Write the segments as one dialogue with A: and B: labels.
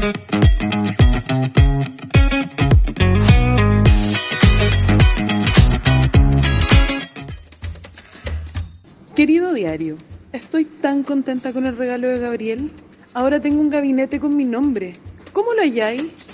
A: Querido diario, estoy tan contenta con el regalo de Gabriel. Ahora tengo un gabinete con mi nombre. ¿Cómo lo halláis?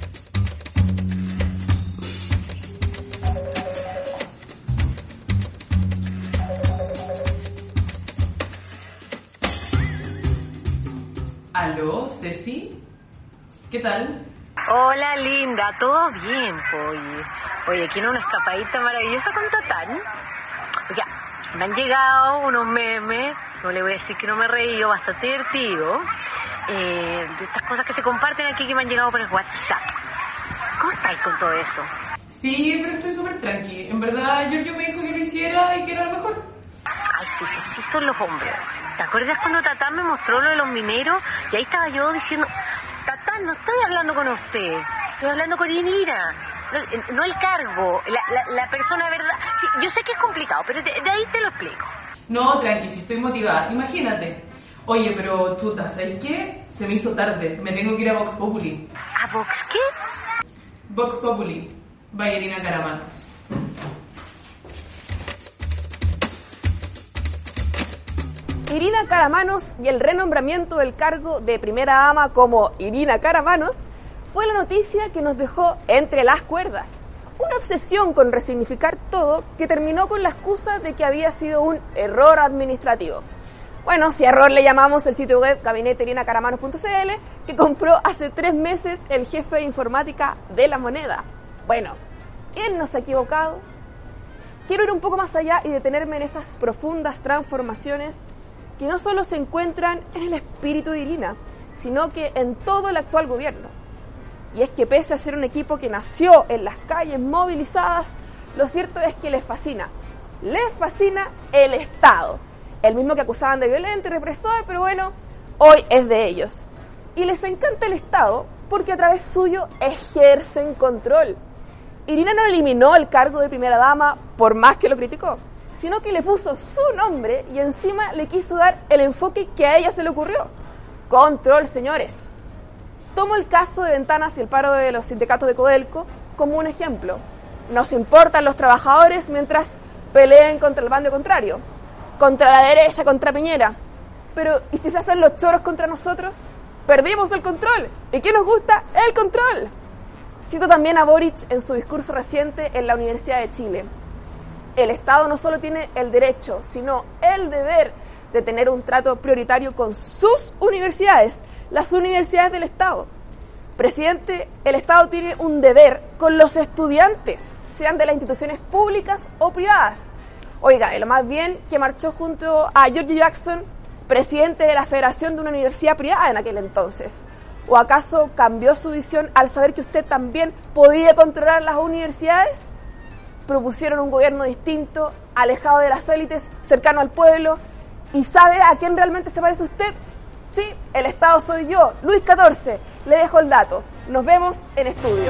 B: ¿Aló, Ceci? ¿Qué tal?
C: Hola, linda, ¿todo bien, Oye, aquí en una escapadita maravillosa con Tatán. Oiga, me han llegado unos memes, no le voy a decir que no me he reído, bastante divertido, de estas cosas que se comparten aquí que me han llegado por el WhatsApp. ¿Cómo estáis con todo eso?
B: Sí, pero estoy súper tranqui. En verdad, Giorgio me dijo que lo hiciera y que era lo mejor.
C: Ay, sí son los hombres. ¿Te acuerdas cuando Tatán me mostró lo de los mineros? Y ahí estaba yo diciendo, Tatán, no estoy hablando con usted, estoy hablando con Irina. No el cargo, la persona, ¿verdad? Sí, yo sé que es complicado, pero de ahí te lo explico.
B: No, tranqui, si estoy motivada. Imagínate. Oye, pero chuta, ¿sabes qué? Se me hizo tarde. Me tengo que ir a Vox Populi.
C: ¿A Vox qué?
B: Vox Populi. Vaya Irina Caramanos.
D: Irina Caramanos y el renombramiento del cargo de primera dama como Irina Caramanos fue la noticia que nos dejó entre las cuerdas. Una obsesión con resignificar todo que terminó con la excusa de que había sido un error administrativo. Bueno, si error le llamamos el sitio web gabineteirinacaramanus.cl que compró hace 3 meses el jefe de informática de La Moneda. Bueno, ¿quién nos ha equivocado? Quiero ir un poco más allá y detenerme en esas profundas transformaciones que no solo se encuentran en el espíritu de Irina, sino que en todo el actual gobierno. Y es que pese a ser un equipo que nació en las calles movilizadas, lo cierto es que les fascina el Estado. El mismo que acusaban de violento y represor, pero bueno, hoy es de ellos. Y les encanta el Estado porque a través suyo ejercen control. Irina no eliminó el cargo de primera dama por más que lo criticó, sino que le puso su nombre y encima le quiso dar el enfoque que a ella se le ocurrió. Control, señores. Tomo el caso de Ventanas y el paro de los sindicatos de Codelco como un ejemplo. Nos importan los trabajadores mientras peleen contra el bando contrario, contra la derecha, contra Piñera. Pero, ¿y si se hacen los choros contra nosotros? Perdimos el control. ¿Y qué nos gusta? El control. Cito también a Boric en su discurso reciente en la Universidad de Chile. El Estado no solo tiene el derecho, sino el deber de tener un trato prioritario con sus universidades, las universidades del Estado. Presidente, el Estado tiene un deber con los estudiantes, sean de las instituciones públicas o privadas. Oiga, y lo más bien que marchó junto a Giorgio Jackson, presidente de la Federación de una universidad privada en aquel entonces. ¿O acaso cambió su visión al saber que usted también podía controlar las universidades? Propusieron un gobierno distinto, alejado de las élites, cercano al pueblo. ¿Y sabe a quién realmente se parece usted? Sí, el Estado soy yo, Luis XIV. Le dejo el dato. Nos vemos en estudio.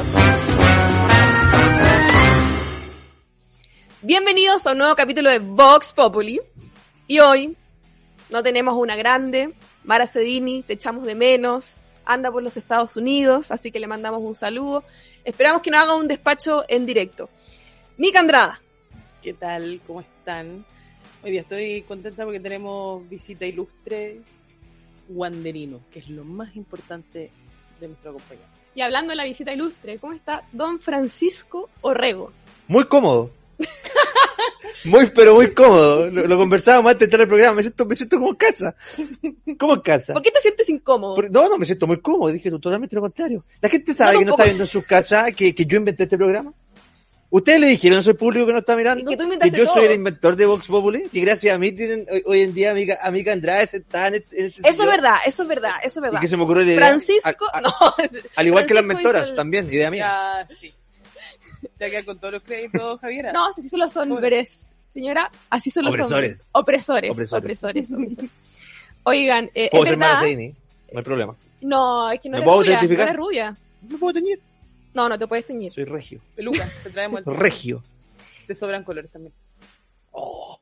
D: Bienvenidos a un nuevo capítulo de Vox Populi. Y hoy no tenemos una grande. Mara Cedini, te echamos de menos. Anda por los Estados Unidos, así que le mandamos un saludo. Esperamos que nos haga un despacho en directo. Mica Andrada.
E: ¿Qué tal? ¿Cómo están? Hoy día estoy contenta porque tenemos visita ilustre wanderino, que es lo más importante de nuestro acompañante.
D: Y hablando de la visita ilustre, ¿cómo está don Francisco Orrego?
F: Muy cómodo. Pero muy cómodo. Lo conversábamos antes de entrar al programa. Me siento como en casa. ¿Cómo en casa?
D: ¿Por qué te sientes incómodo?
F: No, me siento muy cómodo. Dije totalmente lo contrario. La gente sabe que no está viendo en sus casas que yo inventé este programa. ¿Ustedes le dijeron eso al público que no está mirando? Que yo soy el inventor de Vox Populi, que gracias a mí tienen hoy en día a Mica Andrade sentada en este
D: Eso es verdad.
F: Y que se me ocurrió la idea.
D: Francisco,
F: al igual que las mentoras, también, idea mía.
E: Ya, sí. Te va a quedar con todos los créditos, Javiera.
D: No, así son los hombres, señora, así son los hombres. Opresores. Oigan,
F: puedo
D: es
F: ser
D: verdad.
F: Mara Cedini, no hay problema.
D: No, es que no
F: ¿Me
D: eres
F: puedo
D: rubia,
F: identificar?
D: no eres rubia.
F: ¿Me puedo teñir?
D: No te puedes teñir.
F: Soy regio.
E: Peluca, te traemos el
F: Regio.
E: Te sobran colores también.
F: Oh,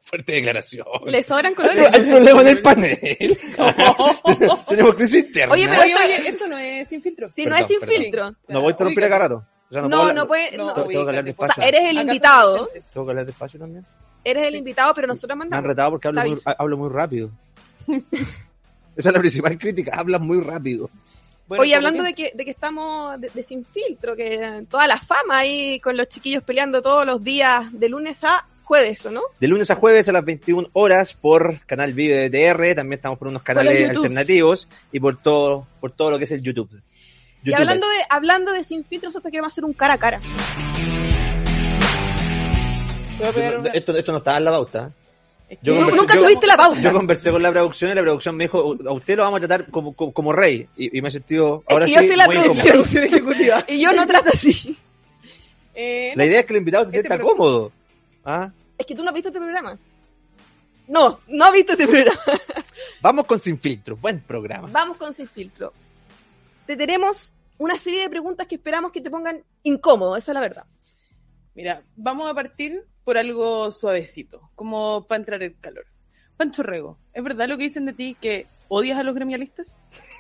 F: Fuerte declaración.
D: Le sobran colores.
F: Hay problema en el panel. Tenemos crisis interna.
D: Oye, pero
E: Oye, esto no es sin filtro.
D: Sí, no es sin filtro.
F: No voy a interrumpir a cada rato. O sea,
D: No puede.
F: Tengo que hablar
D: O
F: despacio.
D: sea, eres el invitado.
F: Tengo que hablar despacio también.
D: Eres el invitado, pero nosotros
F: Me han
D: mandamos.
F: retado porque hablo muy rápido. Esa es la principal crítica. Hablas muy rápido.
E: Bueno,
D: Oye, hablando de que estamos de sin filtro, que toda la fama ahí con los chiquillos peleando todos los días de lunes a jueves, ¿o no?
F: De lunes a jueves a las 21 horas por Canal Vive TR. También estamos por unos canales alternativos y por todo lo que es el YouTube.
D: Y hablando de sin filtro, nosotros queremos hacer un cara a cara.
F: Esto no estaba en la pauta.
D: Nunca tuviste la pauta.
F: Yo conversé con la producción y la producción me dijo, a usted lo vamos a tratar como rey. Y me he sentido ahora sí
D: yo soy la
F: muy
D: producción ejecutiva. Y yo no trato así.
F: La idea es que el invitado se sienta cómodo. ¿Ah?
D: Es que tú no has visto este programa. No has visto este programa.
F: Vamos con Sin Filtro, buen programa.
D: Vamos con Sin Filtro. Te tenemos una serie de preguntas que esperamos que te pongan incómodo, esa es la verdad.
E: Mira, vamos a partir por algo suavecito, como para entrar en calor. Pancho Rego, ¿es verdad lo que dicen de ti que odias a los gremialistas?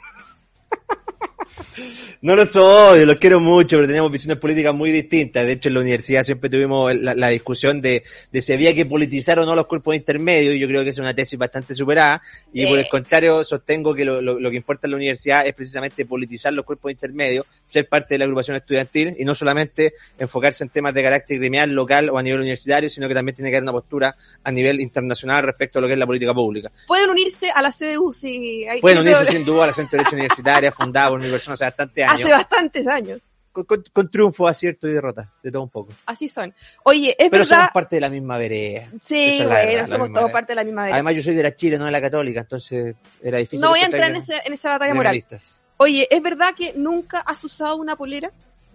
F: No los odio, los quiero mucho, pero tenemos visiones políticas muy distintas. De hecho, en la universidad siempre tuvimos la discusión de si había que politizar o no los cuerpos intermedios, y yo creo que es una tesis bastante superada. Y por el contrario, sostengo que lo que importa en la universidad es precisamente politizar los cuerpos intermedios, ser parte de la agrupación estudiantil, y no solamente enfocarse en temas de carácter gremial, local o a nivel universitario, sino que también tiene que haber una postura a nivel internacional respecto a lo que es la política pública.
D: Pueden unirse a la CDU si hay...
F: Pueden unirse sin duda a la Centro de Derecho Universitaria, fundada por una persona hace bastantes años.
D: Hace bastantes años.
F: Con triunfo, acierto y derrota, de todo un poco.
D: Así son. Oye, es
F: pero
D: verdad...
F: somos parte de la misma vereda.
D: Sí, bueno, somos todos parte de la misma vereda.
F: Además, yo soy de la Chile, no de la Católica, entonces era difícil.
D: No voy a entrar en esa batalla moral. Oye, ¿es verdad que nunca has usado una polera?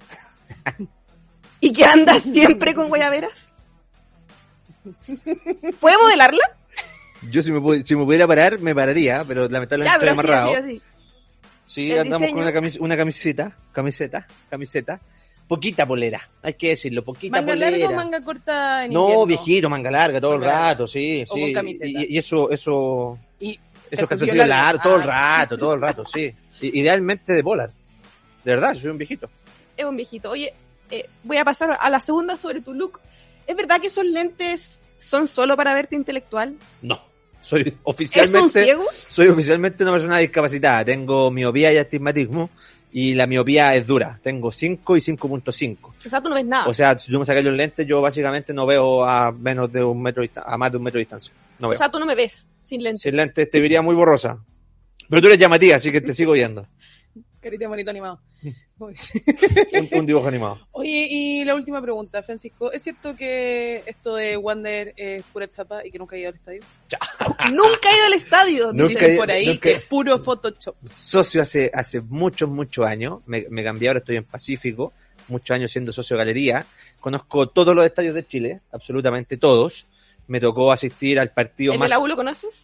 D: ¿Y que andas siempre con guayaberas? ¿Puede modelarla?
F: Yo si me pudiera parar, me pararía, pero lamentablemente estoy amarrado.
D: Así.
F: Sí, andamos diseño. Con una camiseta. Poquita polera, hay que decirlo, poquita
E: ¿Manga
F: polera.
E: ¿Manga larga o manga corta en
F: No,
E: invierno?
F: viejito, manga larga todo
E: manga
F: el rato, sí.
E: O con camiseta.
F: Y eso
E: calzoncillo
F: largo, todo el rato, sí. Idealmente de polar. De verdad, yo soy un viejito.
D: Es un viejito. Oye, voy a pasar a la segunda sobre tu look. ¿Es verdad que esos lentes son solo para verte intelectual?
F: No. Soy oficialmente una persona discapacitada. Tengo miopía y astigmatismo, y la miopía es dura. Tengo 5 y 5.5.
D: O sea, tú no ves nada.
F: O sea, si tú me sacas los lentes, yo básicamente no veo a menos de a más de 1 metro de distancia. No veo.
D: O sea, tú no me ves sin lentes.
F: Sin lentes te vería muy borrosa. Pero tú eres llamativa, así que te sigo viendo.
E: Carita de monito animado.
F: un dibujo animado.
E: Oye, y la última pregunta, Francisco. ¿Es cierto que esto de Wander es pura etapa y que nunca ha ido al estadio?
D: Nunca he ido al estadio.
E: Dicen por ahí que es puro Photoshop.
F: Socio hace muchos años. Me cambié, ahora estoy en Pacífico. Muchos años siendo socio de galería. Conozco todos los estadios de Chile, absolutamente todos. Me tocó asistir al partido más...
D: ¿El de la U lo conoces?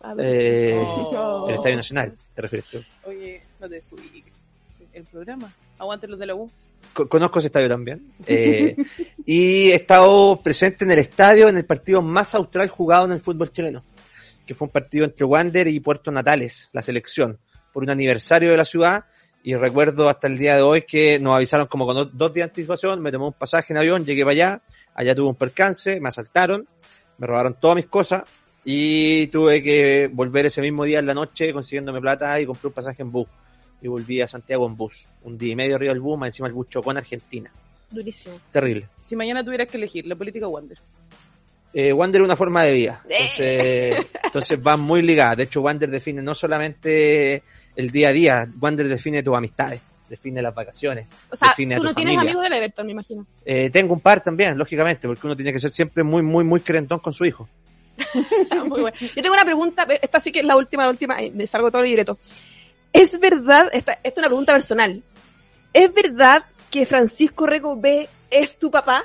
F: El Estadio Nacional, ¿te refieres tú?
E: Oye, no te subí el programa. Aguante los de la U.
F: Conozco ese estadio también. Y he estado presente en el estadio en el partido más austral jugado en el fútbol chileno, que fue un partido entre Wander y Puerto Natales, la selección, por un aniversario de la ciudad. Y recuerdo hasta el día de hoy que nos avisaron como con 2 días de anticipación. Me tomé un pasaje en avión, llegué para allá tuve un percance, me asaltaron, me robaron todas mis cosas y tuve que volver ese mismo día en la noche consiguiéndome plata y compré un pasaje en bus. Y volví a Santiago en bus. 1 día y medio arriba del bus, más encima el bus chocó en Argentina.
D: Durísimo.
F: Terrible.
E: Si mañana tuvieras que elegir la política Wander.
F: Wander es una forma de vida. Entonces van muy ligadas. De hecho, Wander define no solamente el día a día, Wander define tus amistades, define las vacaciones.
D: O sea,
F: define
D: tú no tienes
F: familia.
D: amigos del Everton, me imagino.
F: Tengo un par también, lógicamente, porque uno tiene que ser siempre muy crentón con su hijo.
D: Muy bueno. Yo tengo una pregunta, esta sí que es la última, me salgo todo el libreto. ¿Es verdad, esta es una pregunta personal, ¿es verdad que Francisco Rego B es tu papá?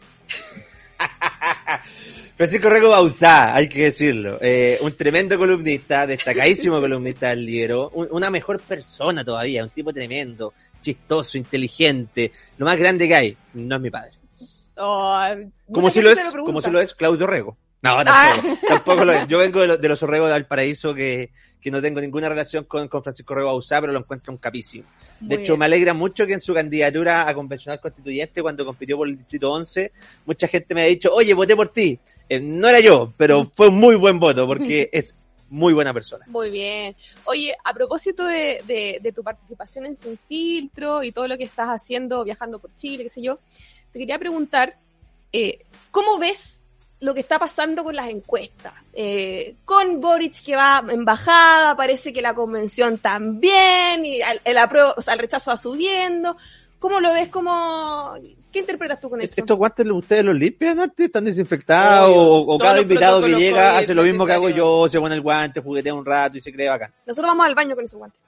F: Francisco Rego Bauzá, hay que decirlo, un tremendo columnista, destacadísimo columnista del Libero, una mejor persona todavía, un tipo tremendo, chistoso, inteligente, lo más grande que hay, no es mi padre.
D: Oh,
F: como si lo es Claudio Rego. No, tampoco lo es. Yo vengo de los Orrego de Valparaíso, que no tengo ninguna relación con Francisco Orrego Bauzá, pero lo encuentro un capísimo. De hecho, me alegra mucho que en su candidatura a convencional constituyente, cuando compitió por el Distrito 11, mucha gente me ha dicho, oye, voté por ti. No era yo, pero fue un muy buen voto, porque es muy buena persona.
D: Muy bien. Oye, a propósito de tu participación en Sin Filtro y todo lo que estás haciendo, viajando por Chile, qué sé yo, te quería preguntar, ¿cómo ves lo que está pasando con las encuestas? Con Boric que va en bajada, parece que la convención también, y el rechazo va subiendo. ¿Cómo lo ves? ¿Qué interpretas tú con eso?
F: ¿Estos guantes ustedes los limpian antes? ¿Están desinfectados? ¿O cada invitado que llega hace lo mismo que hago yo? Se pone el guante, juguetea un rato y se cree bacán.
D: Nosotros vamos al baño con esos guantes.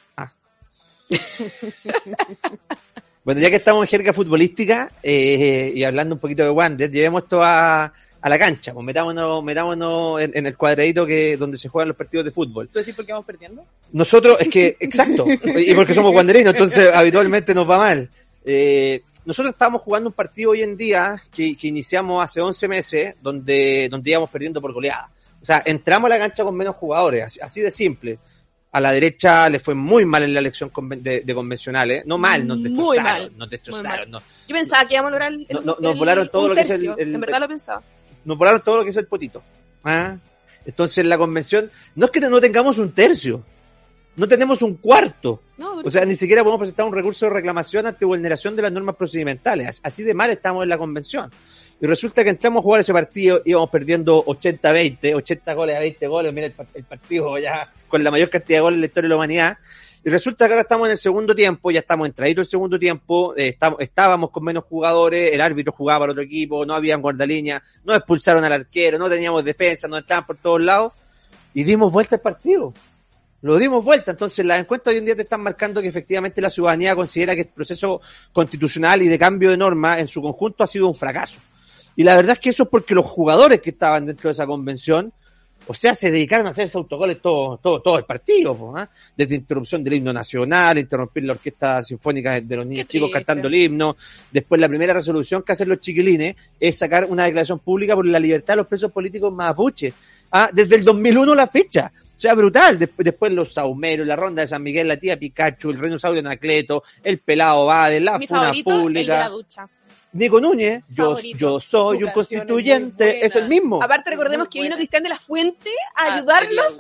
F: Bueno, ya que estamos en jerga futbolística y hablando un poquito de guantes, llevemos esto a la cancha, pues metámonos en el cuadradito donde se juegan los partidos de fútbol.
E: ¿Tú decís por qué vamos perdiendo?
F: Nosotros, es que, exacto, y porque somos guanderinos, entonces habitualmente nos va mal. Nosotros estábamos jugando un partido hoy en día que iniciamos hace 11 meses, donde íbamos perdiendo por goleada. O sea, entramos a la cancha con menos jugadores, así de simple. A la derecha le fue muy mal en la elección de convencionales. No mal, nos destrozaron. No.
D: Yo pensaba que íbamos a lograr
F: nos volaron todo lo que es
D: en verdad lo pensaba.
F: Nos volaron todo lo que es el potito. Entonces la convención, no es que no tengamos un tercio, no tenemos un cuarto. O sea, ni siquiera podemos presentar un recurso de reclamación ante vulneración de las normas procedimentales. Así de mal estamos en la convención. Y resulta que entramos a jugar ese partido, íbamos perdiendo 80-20, 80 goles a 20 goles, mira el partido ya con la mayor cantidad de goles en la historia de la humanidad. Y resulta que ahora estamos en el segundo tiempo, ya estamos entraditos el segundo tiempo, estábamos con menos jugadores, el árbitro jugaba para otro equipo, no había guardalínea, nos expulsaron al arquero, no teníamos defensa, nos entraban por todos lados, y dimos vuelta al partido. Lo dimos vuelta. Entonces las encuestas hoy en día te están marcando que efectivamente la ciudadanía considera que el proceso constitucional y de cambio de norma en su conjunto ha sido un fracaso. Y la verdad es que eso es porque los jugadores que estaban dentro de esa convención, o sea, se dedicaron a hacer esos autogoles todo el partido, desde interrupción del himno nacional, interrumpir la orquesta sinfónica de los niños chicos cantando el himno. Después la primera resolución que hacen los chiquilines es sacar una declaración pública por la libertad de los presos políticos mapuches. Desde el 2001 la fecha. O sea, brutal. Después los saumeros, la ronda de San Miguel, la tía Pikachu, el renosaurio Anacleto, el pelado Bade, la funa pública. El de la ducha. Nico Núñez, yo soy un constituyente, es el mismo.
D: Aparte recordemos que vino Cristian de la Fuente a ayudarlos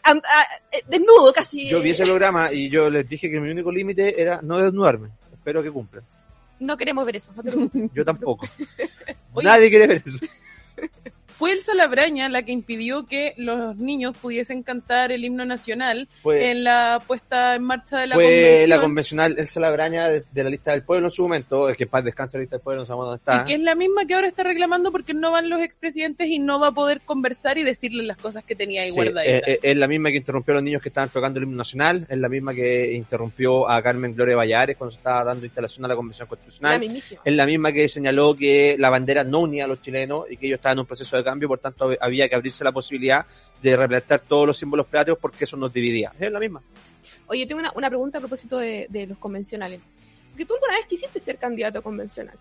D: desnudo casi.
F: Yo vi ese programa y yo les dije que mi único límite era no desnudarme. Espero que cumplan.
D: No queremos ver eso.
F: Yo tampoco. Nadie quiere ver eso.
E: Fue Elsa Labraña la que impidió que los niños pudiesen cantar el himno nacional en la puesta en marcha de la convención.
F: Fue la convencional Elsa Labraña de la Lista del Pueblo en su momento, es que paz descansa la Lista del Pueblo, no sabemos dónde está.
E: Y que es la misma que ahora está reclamando porque no van los expresidentes y no va a poder conversar y decirles las cosas que tenía ahí guardaditas.
F: Es la misma que interrumpió a los niños que estaban tocando el himno nacional, es la misma que interrumpió a Carmen Gloria Valladares cuando se estaba dando instalación a la Convención Constitucional. Es la misma que señaló que la bandera no unía a los chilenos y que ellos estaban en un proceso de cambio, por tanto había que abrirse la posibilidad de replantear todos los símbolos patrios porque eso nos dividía. Es la misma.
D: Oye, yo tengo una pregunta a propósito de los convencionales. Porque tú alguna vez quisiste ser candidato convencional.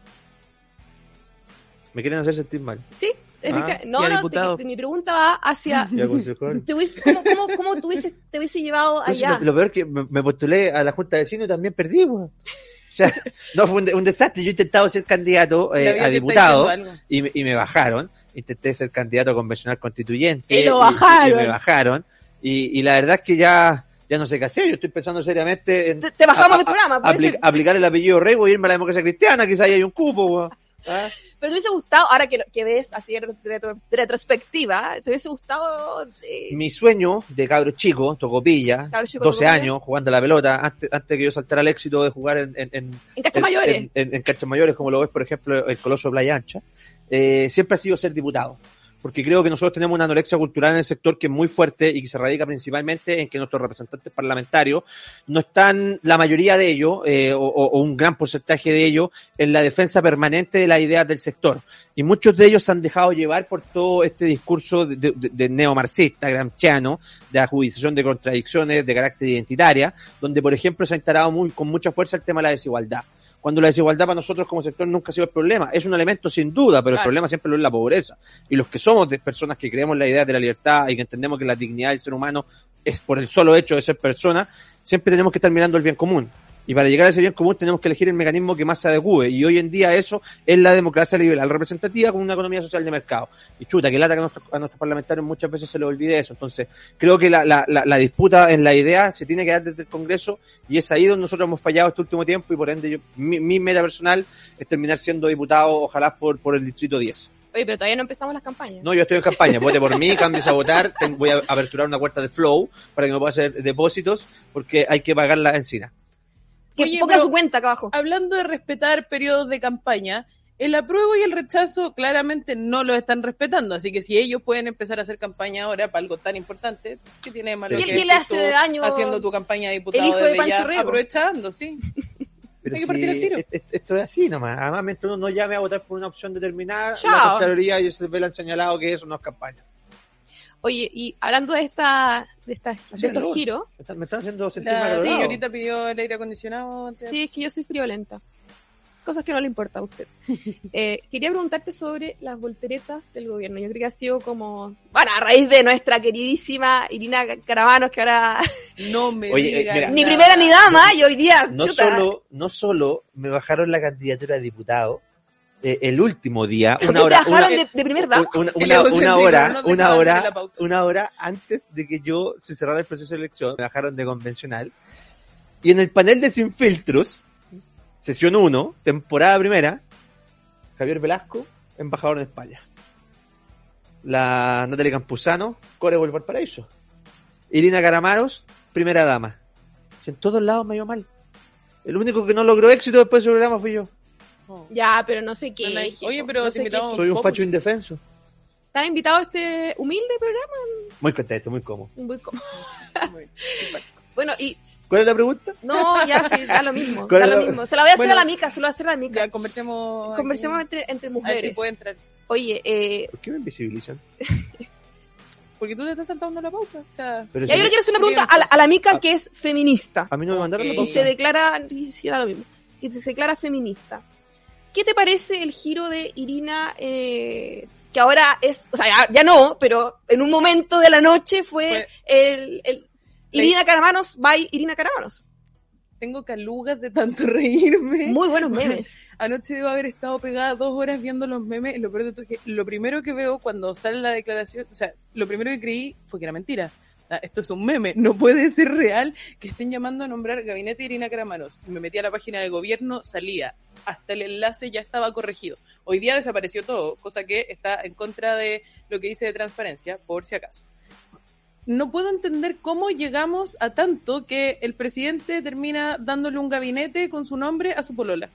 F: ¿Me quieren hacer sentir mal?
D: Sí. Mi pregunta va hacia... ¿Cómo te hubiese llevado allá?
F: Lo peor es que me postulé a la Junta de Vecinos y también perdí, O sea, no, fue un desastre. Yo he intentado ser candidato a diputado y me bajaron. Intenté ser candidato a convencional constituyente.
D: Y lo bajaron.
F: Y me bajaron. Y la verdad es que ya no sé qué hacer. Yo estoy pensando seriamente en...
D: Te bajamos del programa.
F: Aplicar el apellido Rego y irme a la democracia cristiana. Quizás ahí hay un cupo,
D: Pero te hubiese gustado, ahora que ves así de retrospectiva, ¿te hubiese gustado?
F: Mi sueño de cabro chico, Tocopilla, 12 años, jugando a la pelota, antes que yo saltara al éxito de jugar en
D: canchas mayores.
F: En canchas mayores, como lo ves, por ejemplo, el Coloso de Playa Ancha, siempre ha sido ser diputado. Porque creo que nosotros tenemos una anorexia cultural en el sector que es muy fuerte y que se radica principalmente en que nuestros representantes parlamentarios no están, la mayoría de ellos, o un gran porcentaje de ellos, en la defensa permanente de las ideas del sector. Y muchos de ellos se han dejado llevar por todo este discurso de neomarxista, gramsciano, de ajudización de contradicciones de carácter identitaria, donde, por ejemplo, se ha instalado con mucha fuerza el tema de la desigualdad. cuando la desigualdad para nosotros como sector nunca ha sido el problema. Es un elemento sin duda, pero el problema siempre lo es la pobreza. Y los que somos de personas que creemos en la idea de la libertad y que entendemos que la dignidad del ser humano es por el solo hecho de ser persona, siempre tenemos que estar mirando el bien común. Y para llegar a ese bien común tenemos que elegir el mecanismo que más se adecue. Y hoy en día eso es la democracia liberal representativa con una economía social de mercado. Y chuta, que lata que a nuestros parlamentarios muchas veces se les olvide eso. Entonces, creo que la disputa en la idea se tiene que dar desde el Congreso y es ahí donde nosotros hemos fallado este último tiempo y por ende mi meta personal es terminar siendo diputado, ojalá por el Distrito 10.
D: Oye, pero todavía no empezamos las campañas.
F: No, yo estoy en campaña. Vote por mí, cambies a votar. Voy a aperturar una cuenta de Flow para que me pueda hacer depósitos porque hay que pagar la encina.
D: Que ponga su cuenta acá abajo.
E: Hablando de respetar periodos de campaña, el apruebo y el rechazo claramente no lo están respetando, así que si ellos pueden empezar a hacer campaña ahora para algo tan importante, ¿qué tiene de malo?
D: ¿Qué le hace de daño
E: haciendo tu campaña de diputado
D: el hijo de Pancho
E: ya,
D: Rego?
E: aprovechando, sí.
F: Pero
E: hay que partir el tiro.
F: Esto es así nomás. Además, mientras uno no llame a votar por una opción determinada,
D: Chao.
F: la Contraloría y el CDP le han señalado que eso no es campaña.
D: Oye, y hablando de estos giros.
F: Me están haciendo sentir
E: La
F: mal.
E: señorita pidió el aire acondicionado.
D: Sí, es que yo soy friolenta. Cosas que no le importa a usted. Quería preguntarte sobre las volteretas del gobierno. Yo creo que ha sido como... Bueno, a raíz de nuestra queridísima Irina Caramanos, que ahora...
E: No me digas
F: mira,
D: ni primera ni dama, y hoy día...
F: No solo me bajaron la candidatura de diputado, el último día,
D: una
F: hora antes de que yo se cerrara el proceso de elección, me bajaron de convencional. Y en el panel de Sin Filtros, sesión 1, temporada primera, Javier Velasco, embajador en España. La Natalia Campuzano, Core Valparaíso. Irina Caramanos, primera dama. En todos lados me dio mal. El único que no logró éxito después del programa fui yo.
D: Ya, pero no sé qué.
E: Oye, pero
D: no
E: te invitamos.
F: Soy un facho indefenso.
D: ¿Estás invitado a este humilde programa?
F: Muy contento, muy cómodo.
D: Muy cómodo. Bueno, y...
F: ¿Cuál es la pregunta?
D: No, ya sí, da lo mismo. Da lo mismo. Se la voy a hacer a la mica, se lo voy a hacer a la mica.
E: Ya, conversemos
D: entre mujeres.
E: A ver si puede entrar.
D: Oye,
F: ¿por qué me invisibilizan?
E: Porque tú te estás saltando la pauta. O sea,
F: pero
D: ya yo le quiero hacer una pregunta a la mica que es feminista.
F: A mí no me mandaron la pauta.
D: Y se declara, sí, da lo mismo, que se declara feminista. ¿Qué te parece el giro de Irina, que ahora es, o sea, ya no, pero en un momento de la noche fue el Irina Caramanos by Irina Caramanos?
E: Tengo calugas de tanto reírme.
D: Muy buenos memes.
E: Anoche debo haber estado pegada 2 horas viendo los memes. Lo peor de todo es que lo primero que veo cuando sale la declaración, o sea, lo primero que creí fue que era mentira. Esto es un meme, no puede ser real que estén llamando a nombrar Gabinete Irina Caramanos. Me metí a la página del gobierno, salía, hasta el enlace ya estaba corregido. Hoy día desapareció todo, cosa que está en contra de lo que dice de transparencia, por si acaso. No puedo entender cómo llegamos a tanto que el presidente termina dándole un gabinete con su nombre a su polola.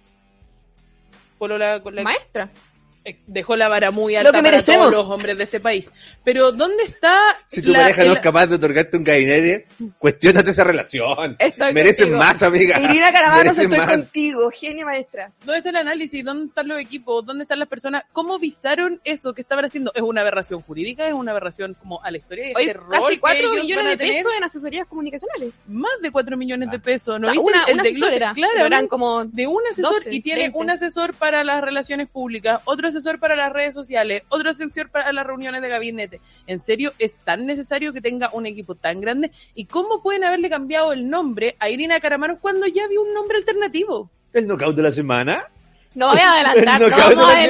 E: Polola con la
D: maestra.
E: Dejó la vara muy alta para todos los hombres de este país. Pero ¿dónde está?
F: Si tu pareja no es capaz de otorgarte un gabinete, cuestiónate esa relación. Merecen más, amiga.
D: Irina Caramanos, estoy contigo, genia maestra.
E: ¿Dónde está el análisis? ¿Dónde están los equipos? ¿Dónde están las personas? ¿Cómo visaron eso que estaban haciendo? ¿Es una aberración jurídica? ¿Es una aberración como a la historia?
D: Oye, casi 4 millones de pesos en asesorías comunicacionales.
E: Más de 4 millones de pesos. ¿No?
D: O sea, una asesora.
E: Claro,
D: eran como
E: de un asesor
D: 12,
E: y tiene
D: 20.
E: un asesor para las relaciones públicas, otro asesor para las redes sociales, otro asesor para las reuniones de gabinete. ¿En serio es tan necesario que tenga un equipo tan grande? ¿Y cómo pueden haberle cambiado el nombre a Irina Caramanos cuando ya había un nombre alternativo?
F: ¿El knockout de la semana?
D: No voy a adelantar, no vamos a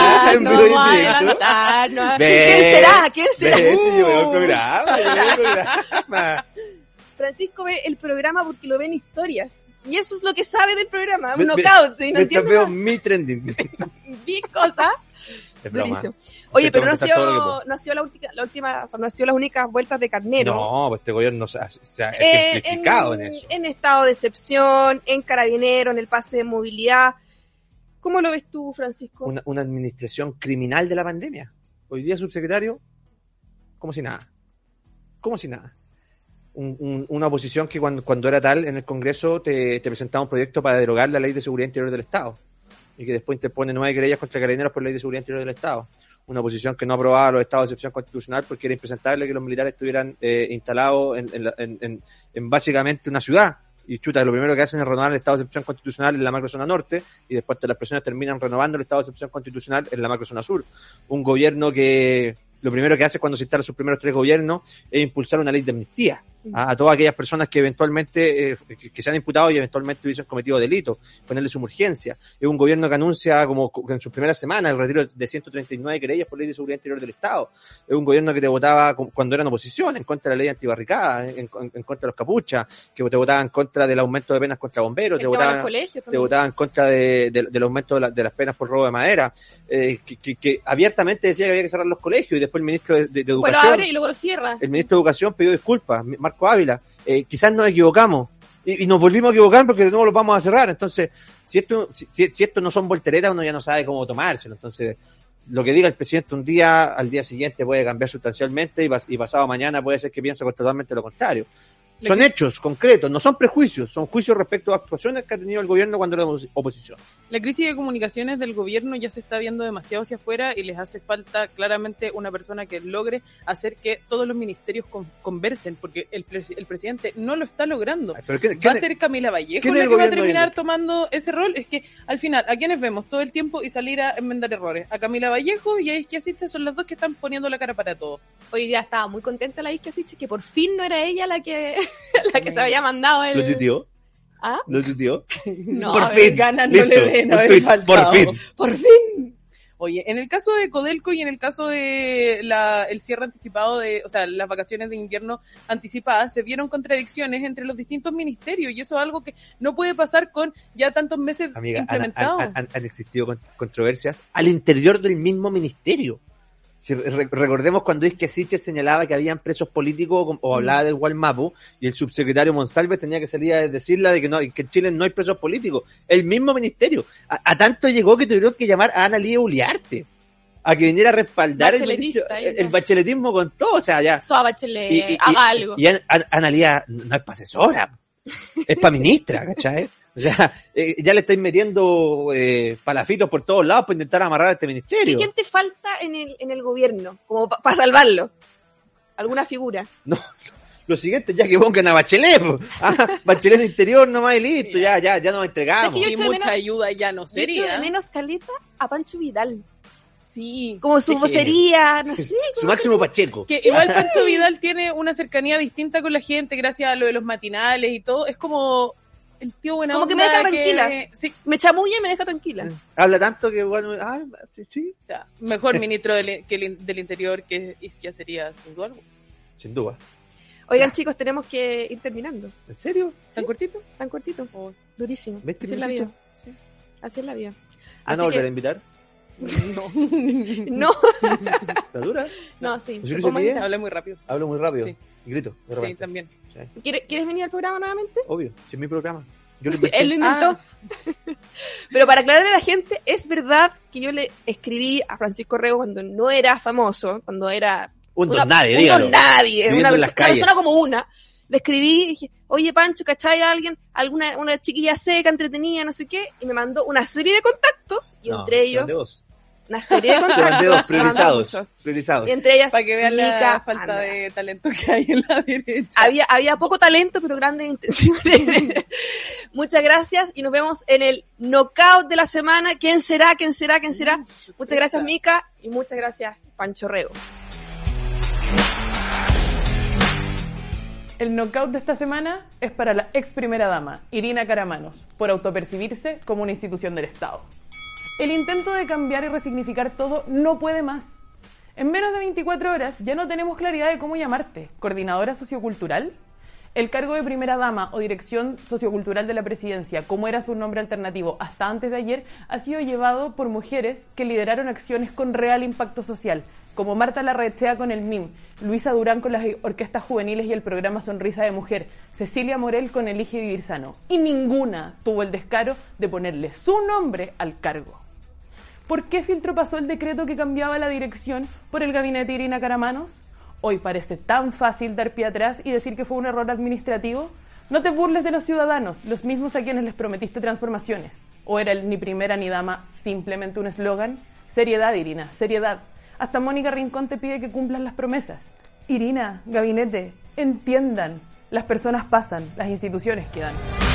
D: adelantar. ¿Quién será?
F: Sí, yo veo el programa.
D: Francisco ve el programa porque lo ven historias. Y eso es lo que sabe del programa, un knockout. Y no entiendo
F: veo mi trending.
D: Vi cosas.
F: Es broma.
D: Oye, pero no ha sido las únicas vueltas de Carnero.
F: No, pues este gobierno se ha ejemplificado en eso.
D: En estado de excepción, en Carabinero, en el pase de movilidad. ¿Cómo lo ves tú, Francisco?
F: Una administración criminal de la pandemia. Hoy día, subsecretario, como si nada. Como si nada. Una oposición que cuando era tal en el Congreso te presentaba un proyecto para derogar la Ley de Seguridad Interior del Estado y que después interpone 9 querellas contra Carabineros por Ley de Seguridad Interior del Estado. Una oposición que no aprobaba los estados de excepción constitucional porque era impresentable que los militares estuvieran instalados en básicamente una ciudad, y chuta, lo primero que hacen es renovar el estado de excepción constitucional en la macrozona norte, y después las presiones terminan renovando el estado de excepción constitucional en la macrozona sur. Un gobierno que lo primero que hace cuando se instalan sus primeros 3 gobiernos es impulsar una ley de amnistía a todas aquellas personas que eventualmente que se han imputado y eventualmente hubiesen cometido delitos, ponerle suma urgencia. Es un gobierno que anuncia como en sus primeras semanas el retiro de 139 querellas por ley de seguridad interior del Estado. Es un gobierno que te votaba cuando era en oposición, en contra de la ley antibarricada, en contra de los capuchas, que te votaba en contra del aumento de penas contra bomberos, te votaba en contra del aumento de las penas por robo de madera, que abiertamente decía que había que cerrar los colegios, y después el ministro de Educación,
D: bueno, abre y luego lo cierra.
F: El ministro de Educación pidió disculpas, Marco Ávila. Quizás nos equivocamos y nos volvimos a equivocar porque de nuevo los vamos a cerrar. Entonces, si esto no son volteretas, uno ya no sabe cómo tomárselo. Entonces, lo que diga el presidente un día, al día siguiente puede cambiar sustancialmente, y pasado mañana puede ser que piense totalmente lo contrario. Son hechos concretos, no son prejuicios, son juicios respecto a actuaciones que ha tenido el gobierno cuando era oposición.
E: La crisis de comunicaciones del gobierno ya se está viendo demasiado hacia afuera, y les hace falta claramente una persona que logre hacer que todos los ministerios conversen, porque el presidente no lo está logrando. Va a ser Camila Vallejo la que va a terminar tomando ese rol. Es que al final, ¿a quiénes vemos todo el tiempo y salir a enmendar errores? A Camila Vallejo y a Isquia Siche, son las dos que están poniendo la cara para todo.
D: Hoy día estaba muy contenta la Isquia Siche, que por fin no era ella la que se había mandado el...
F: ¿Lo tuiteó?
D: ¿Ah?
F: ¿Lo tuiteó?
D: No,
F: por fin.
E: Ganas no le deben haber faltado.
D: Por fin.
E: Oye, en el caso de Codelco y en el caso de el cierre anticipado las vacaciones de invierno anticipadas, se vieron contradicciones entre los distintos ministerios, y eso es algo que no puede pasar con ya tantos meses implementados.
F: Han existido controversias al interior del mismo ministerio. Si recordemos cuando Isquia Siche señalaba que habían presos políticos o hablaba del Gualmapu, y el subsecretario Monsalve tenía que salir a decirla de que en Chile no hay presos políticos. El mismo ministerio. A tanto llegó que tuvieron que llamar a Ana Lía Uliarte a que viniera a respaldar el bacheletismo con todo. O sea, ya.
D: Bachelet, haga algo.
F: Y Ana Lía no es para asesora, es para ministra, ¿cachai? O sea, ya le estáis metiendo palafitos por todos lados para intentar amarrar a este ministerio.
D: ¿Y quién te falta en el gobierno? Como para salvarlo. ¿Alguna figura?
F: No, lo siguiente, ya que pongan a Bachelet. Bachelet de Interior nomás y listo, ya nos entregamos.
E: Y mucha ayuda ya no sería.
D: Yo echo de menos, caleta, a Pancho Vidal.
E: Sí.
D: Como su vocería, no sé.
F: Su máximo Pacheco.
E: Que igual Pancho Vidal tiene una cercanía distinta con la gente gracias a lo de los matinales y todo. Es como... el tío buena
D: como
E: onda,
D: que me deja tranquila.
E: Sí.
D: Me chamulla y me deja tranquila.
F: Habla tanto que bueno, sí.
E: O sea, mejor ministro del Interior que Isquia sería, sin duda alguna.
F: Sin duda.
D: Oigan, chicos, tenemos que ir terminando.
F: ¿En serio?
E: ¿Tan cortito?
D: Tan cortito. Durísimo.
F: Así
D: es la vida. Sí. Así es la vida.
F: ¿Van a volver a invitar?
D: No.
F: ¿Está dura?
D: No, sí.
E: Habla muy rápido.
F: Hablo muy rápido.
E: Sí.
F: Y grito.
E: Sí, también.
F: Sí.
D: ¿Quieres venir al programa nuevamente?
F: Obvio, si es mi programa. Yo lo
D: Él lo inventó. Pero para aclararle a la gente, es verdad que yo le escribí a Francisco Rego cuando no era famoso, cuando era
F: un don nadie,
D: una persona como una. Le escribí y dije, oye Pancho, ¿cachai a alguien? Una chiquilla seca, entretenida, no sé qué, y me mandó una serie de contactos, y entre ellos una serie de contactos
F: priorizados.
D: Y entre ellas
E: para que vean la falta de talento que hay en la derecha.
D: Había poco talento, pero grandes intenciones. Muchas gracias y nos vemos en el knockout de la semana. ¿Quién será? Muchas gracias, Mica, y muchas gracias, Pancho Rego.
B: El knockout de esta semana es para la ex primera dama, Irina Karamanos, por autopercibirse como una institución del Estado. El intento de cambiar y resignificar todo no puede más. En menos de 24 horas ya no tenemos claridad de cómo llamarte. ¿Coordinadora sociocultural? El cargo de primera dama o dirección sociocultural de la presidencia, como era su nombre alternativo hasta antes de ayer, ha sido llevado por mujeres que lideraron acciones con real impacto social, como Marta Larrechea con el MIM, Luisa Durán con las orquestas juveniles y el programa Sonrisa de Mujer, Cecilia Morel con Elige Vivir Sano, y ninguna tuvo el descaro de ponerle su nombre al cargo. ¿Por qué filtro pasó el decreto que cambiaba la dirección por el gabinete Irina Karamanos? Hoy parece tan fácil dar pie atrás y decir que fue un error administrativo. No te burles de los ciudadanos, los mismos a quienes les prometiste transformaciones. ¿O era el ni primera ni dama simplemente un eslogan? Seriedad, Irina, seriedad. Hasta Mónica Rincón te pide que cumplas las promesas. Irina, gabinete, entiendan. Las personas pasan, las instituciones quedan.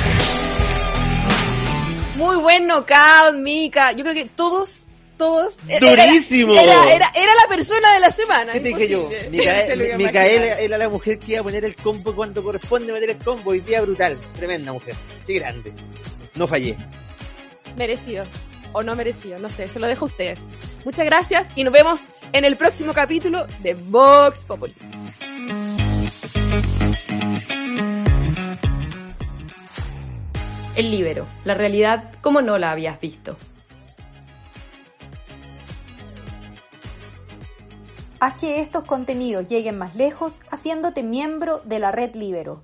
D: Muy buen knockout, Mika. Yo creo que todos...
F: ¡Durísimo!
D: Era la persona de la semana.
F: ¿Qué te dije yo? Micaela era la mujer que iba a poner el combo cuando corresponde meter el combo. Hoy día brutal. Tremenda mujer. Qué grande. No fallé.
D: Merecido. O no merecido. No sé. Se lo dejo a ustedes. Muchas gracias. Y nos vemos en el próximo capítulo de Vox Populi.
G: El Líbero. La realidad como no la habías visto.
H: Haz que estos contenidos lleguen más lejos haciéndote miembro de la Red Líbero.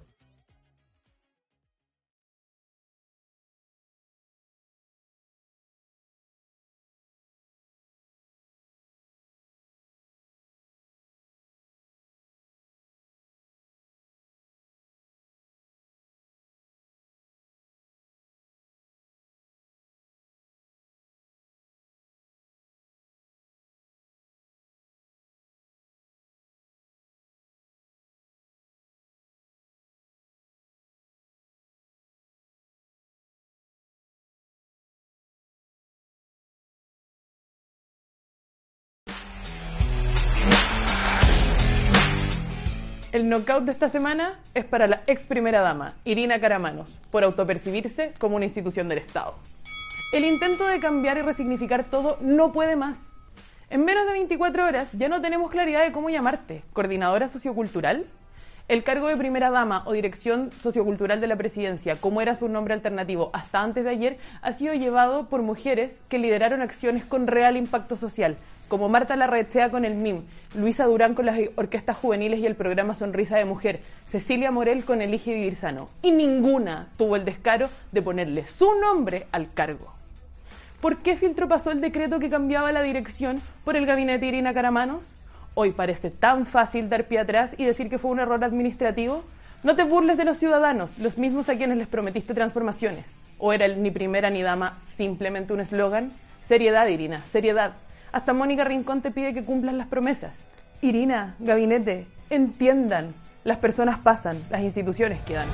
B: El knockout de esta semana es para la ex primera dama, Irina Karamanos, por autopercibirse como una institución del Estado. El intento de cambiar y resignificar todo no puede más. En menos de 24 horas ya no tenemos claridad de cómo llamarte. ¿Coordinadora sociocultural? El cargo de primera dama o dirección sociocultural de la presidencia, como era su nombre alternativo hasta antes de ayer, ha sido llevado por mujeres que lideraron acciones con real impacto social, como Marta Larrechea con el MIM, Luisa Durán con las orquestas juveniles y el programa Sonrisa de Mujer, Cecilia Morel con Elige Vivir Sano, y ninguna tuvo el descaro de ponerle su nombre al cargo. ¿Por qué filtro pasó el decreto que cambiaba la dirección por el gabinete de Irina Karamanos? Hoy parece tan fácil dar pie atrás y decir que fue un error administrativo. No te burles de los ciudadanos, los mismos a quienes les prometiste transformaciones. ¿O era el ni primera ni dama simplemente un eslogan? Seriedad, Irina, seriedad. Hasta Mónica Rincón te pide que cumplas las promesas. Irina, gabinete, entiendan. Las personas pasan, las instituciones quedan.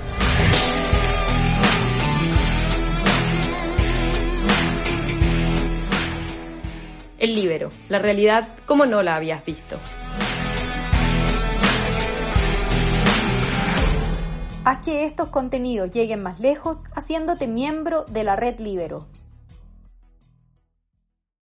G: El Líbero. La realidad como no la habías visto.
H: Haz que estos contenidos lleguen más lejos haciéndote miembro de la Red Líbero.